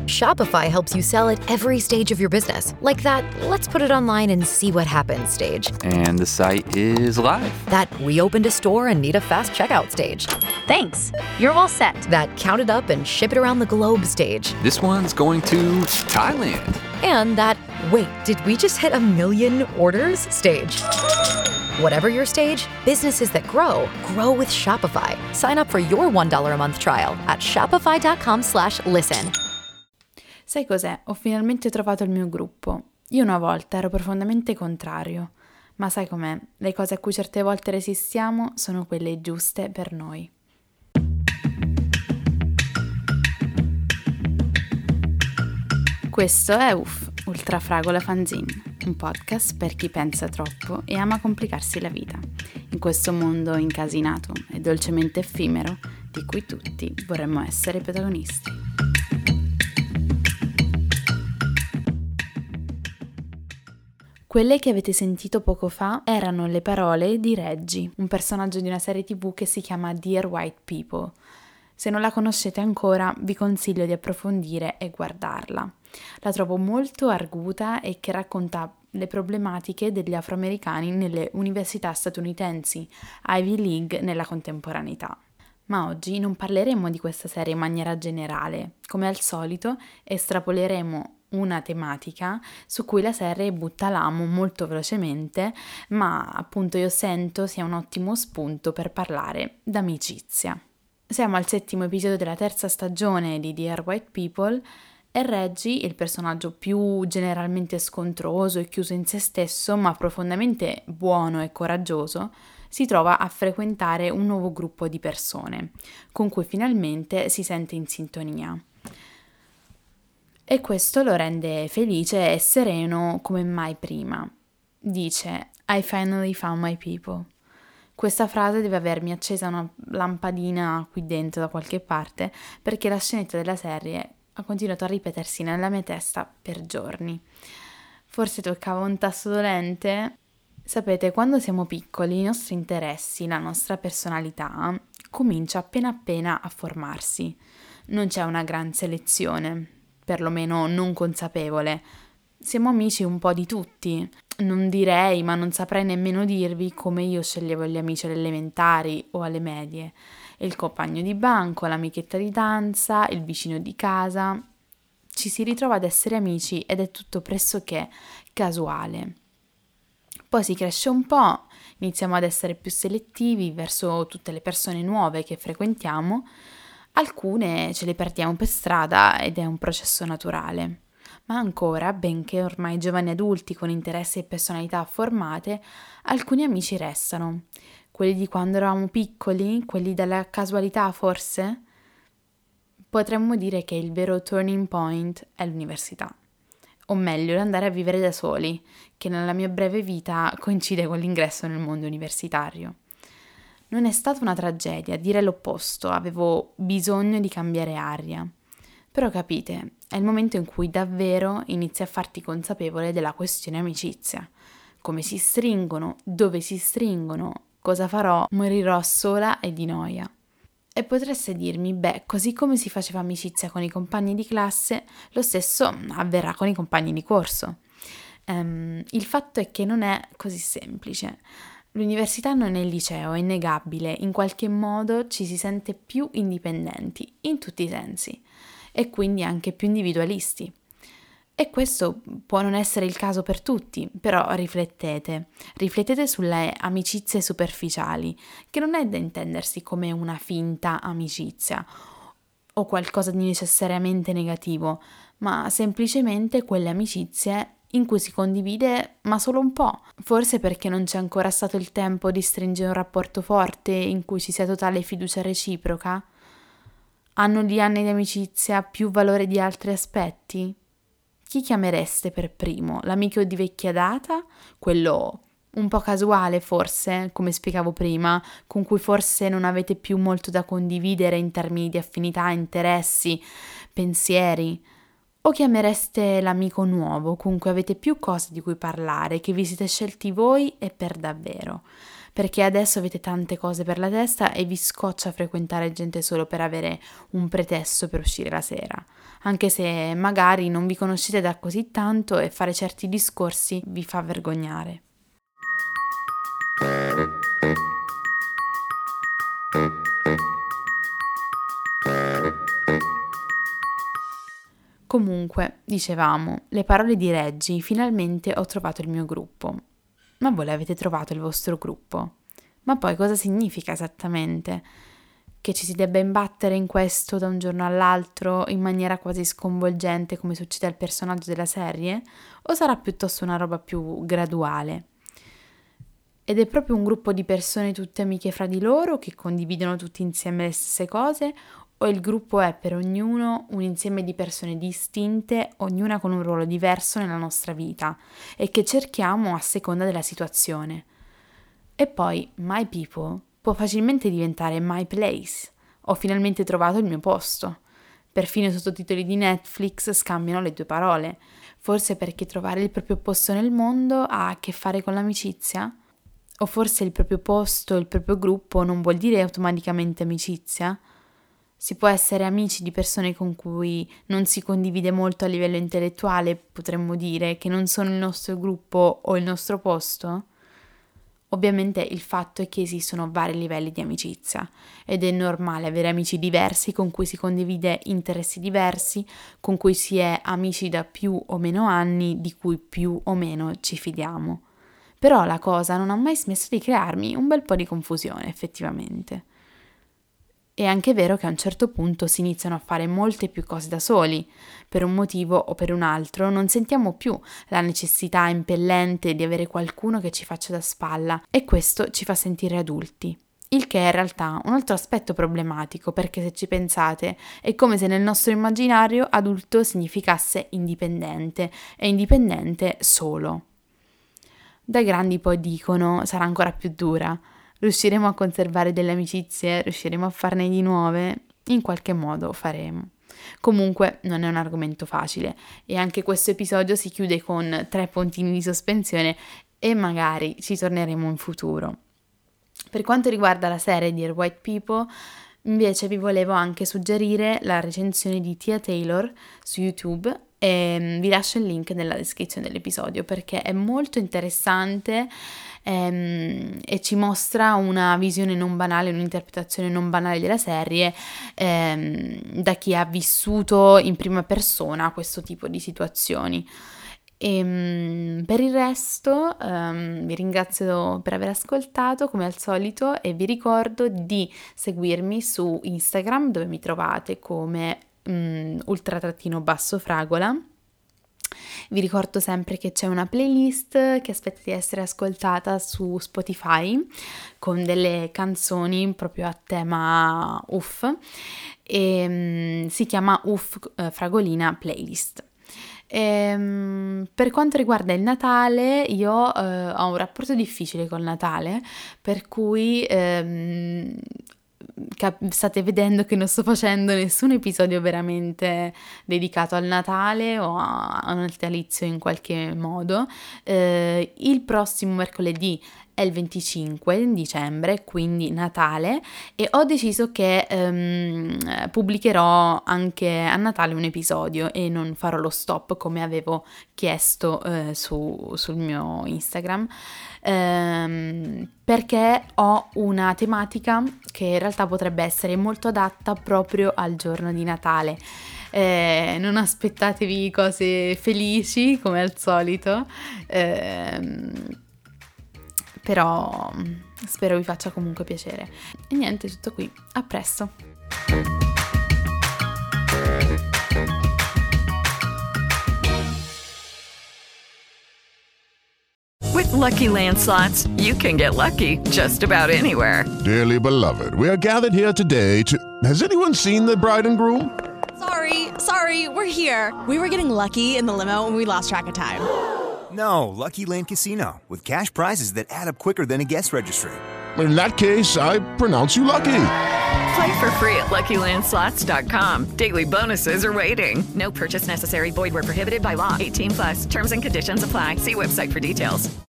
Shopify helps you sell at every stage of your business. Like that, let's put it online and see what happens stage. And the site is live. That we opened a store and need a fast checkout stage. Thanks. You're all set. That count it up and ship it around the globe stage. This one's going to Thailand. And that, wait, did we just hit 1 million orders stage? Whatever your stage, businesses that grow with Shopify. Sign up for your $1 a month trial at shopify.com/listen. Sai cos'è? Ho finalmente trovato il mio gruppo. Io una volta ero profondamente contrario, ma sai com'è? Le cose a cui certe volte resistiamo sono quelle giuste per noi. Questo è Ultra Fragola Fanzine, un podcast per chi pensa troppo e ama complicarsi la vita, in questo mondo incasinato e dolcemente effimero di cui tutti vorremmo essere protagonisti. Quelle che avete sentito poco fa erano le parole di Reggie, un personaggio di una serie TV che si chiama Dear White People. Se non la conoscete ancora, vi consiglio di approfondire e guardarla. La trovo molto arguta e che racconta le problematiche degli afroamericani nelle università statunitensi, Ivy League nella contemporaneità. Ma oggi non parleremo di questa serie in maniera generale. Come al solito, estrapoleremo una tematica su cui la serie butta l'amo molto velocemente, ma appunto io sento sia un ottimo spunto per parlare d'amicizia. Siamo al 7° episodio della 3ª stagione di Dear White People e Reggie, il personaggio più generalmente scontroso e chiuso in se stesso, ma profondamente buono e coraggioso, si trova a frequentare un nuovo gruppo di persone, con cui finalmente si sente in sintonia. E questo lo rende felice e sereno come mai prima. Dice, I finally found my people. Questa frase deve avermi accesa una lampadina qui dentro da qualche parte, perché la scenetta della serie ha continuato a ripetersi nella mia testa per giorni. Forse toccava un tasto dolente? Sapete, quando siamo piccoli, i nostri interessi, la nostra personalità comincia appena a formarsi. Non c'è una gran selezione, perlomeno non consapevole. Siamo amici un po' di tutti. Non direi, ma non saprei nemmeno dirvi come io sceglievo gli amici alle elementari o alle medie. Il compagno di banco, l'amichetta di danza, il vicino di casa. Ci si ritrova ad essere amici ed è tutto pressoché casuale. Poi si cresce un po', iniziamo ad essere più selettivi verso tutte le persone nuove che frequentiamo. Alcune ce le perdiamo per strada ed è un processo naturale. Ma ancora, benché ormai giovani adulti con interessi e personalità formate, alcuni amici restano. Quelli di quando eravamo piccoli, quelli della casualità forse? Potremmo dire che il vero turning point è l'università. O meglio, l'andare a vivere da soli, che nella mia breve vita coincide con l'ingresso nel mondo universitario. Non è stata una tragedia, dire l'opposto, avevo bisogno di cambiare aria. Però capite, è il momento in cui davvero inizi a farti consapevole della questione amicizia. Come si stringono, dove si stringono, cosa farò, morirò sola e di noia. E potreste dirmi, beh, così come si faceva amicizia con i compagni di classe, lo stesso avverrà con i compagni di corso. Il fatto è che non è così semplice. L'università non è il liceo, è innegabile, in qualche modo ci si sente più indipendenti, in tutti i sensi, e quindi anche più individualisti. E questo può non essere il caso per tutti, però riflettete sulle amicizie superficiali, che non è da intendersi come una finta amicizia o qualcosa di necessariamente negativo, ma semplicemente quelle amicizie in cui si condivide ma solo un po', forse perché non c'è ancora stato il tempo di stringere un rapporto forte in cui ci sia totale fiducia reciproca? Hanno gli anni di amicizia più valore di altri aspetti? Chi chiamereste per primo? L'amico di vecchia data? Quello un po' casuale forse, come spiegavo prima, con cui forse non avete più molto da condividere in termini di affinità, interessi, pensieri? O chiamereste l'amico nuovo, con cui avete più cose di cui parlare, che vi siete scelti voi e per davvero? perché adesso avete tante cose per la testa e vi scoccia frequentare gente solo per avere un pretesto per uscire la sera, anche se magari non vi conoscete da così tanto e fare certi discorsi vi fa vergognare. Comunque, dicevamo, le parole di Reggie, finalmente ho trovato il mio gruppo. Ma voi avete trovato il vostro gruppo? Ma poi cosa significa esattamente? Che ci si debba imbattere in questo da un giorno all'altro in maniera quasi sconvolgente come succede al personaggio della serie? O sarà piuttosto una roba più graduale? Ed è proprio un gruppo di persone tutte amiche fra di loro che condividono tutti insieme le stesse cose? O il gruppo è per ognuno un insieme di persone distinte, ognuna con un ruolo diverso nella nostra vita e che cerchiamo a seconda della situazione? E poi My People può facilmente diventare My Place. Ho finalmente trovato il mio posto. Perfino i sottotitoli di Netflix scambiano le due parole. Forse perché trovare il proprio posto nel mondo ha a che fare con l'amicizia? O forse il proprio posto, il proprio gruppo non vuol dire automaticamente amicizia? Si può essere amici di persone con cui non si condivide molto a livello intellettuale, potremmo dire, che non sono il nostro gruppo o il nostro posto? Ovviamente il fatto è che esistono vari livelli di amicizia ed è normale avere amici diversi con cui si condivide interessi diversi, con cui si è amici da più o meno anni, di cui più o meno ci fidiamo. Però la cosa non ha mai smesso di crearmi un bel po' di confusione, effettivamente. È anche vero che a un certo punto si iniziano a fare molte più cose da soli. Per un motivo o per un altro non sentiamo più la necessità impellente di avere qualcuno che ci faccia da spalla e questo ci fa sentire adulti. Il che è in realtà un altro aspetto problematico, perché se ci pensate è come se nel nostro immaginario adulto significasse indipendente e indipendente solo. Da grandi poi dicono sarà ancora più dura. Riusciremo a conservare delle amicizie? Riusciremo a farne di nuove? In qualche modo faremo. Comunque non è un argomento facile e anche questo episodio si chiude con 3 puntini di sospensione e magari ci torneremo in futuro. Per quanto riguarda la serie Dear White People, invece vi volevo anche suggerire la recensione di Tia Taylor su YouTube e vi lascio il link nella descrizione dell'episodio perché è molto interessante e ci mostra una visione non banale, un'interpretazione non banale della serie da chi ha vissuto in prima persona questo tipo di situazioni. E per il resto vi ringrazio per aver ascoltato come al solito e vi ricordo di seguirmi su Instagram dove mi trovate come ultra_fragola. Vi ricordo sempre che c'è una playlist che aspetta di essere ascoltata su Spotify con delle canzoni proprio a tema UF e si chiama UF Fragolina Playlist. Per quanto riguarda il Natale, io ho un rapporto difficile col Natale, per cui state vedendo che non sto facendo nessun episodio veramente dedicato al Natale o a un natalizio in qualche modo. Il prossimo mercoledì è il 25 dicembre, quindi Natale, e ho deciso che pubblicherò anche a Natale un episodio e non farò lo stop come avevo chiesto sul mio Instagram, perché ho una tematica che in realtà potrebbe essere molto adatta proprio al giorno di Natale. Non aspettatevi cose felici come al solito, però spero vi faccia comunque piacere. E niente, tutto qui. A presto! With Lucky Land Slots, you can get lucky just about anywhere. Dearly beloved, we are gathered here today to... Has anyone seen the bride and groom? Sorry, we're here. We were getting lucky in the limo and we lost track of time. No, Lucky Land Casino, with cash prizes that add up quicker than a guest registry. In that case, I pronounce you lucky. Play for free at LuckyLandSlots.com. Daily bonuses are waiting. No purchase necessary. Void where prohibited by law. 18+. Terms and conditions apply. See website for details.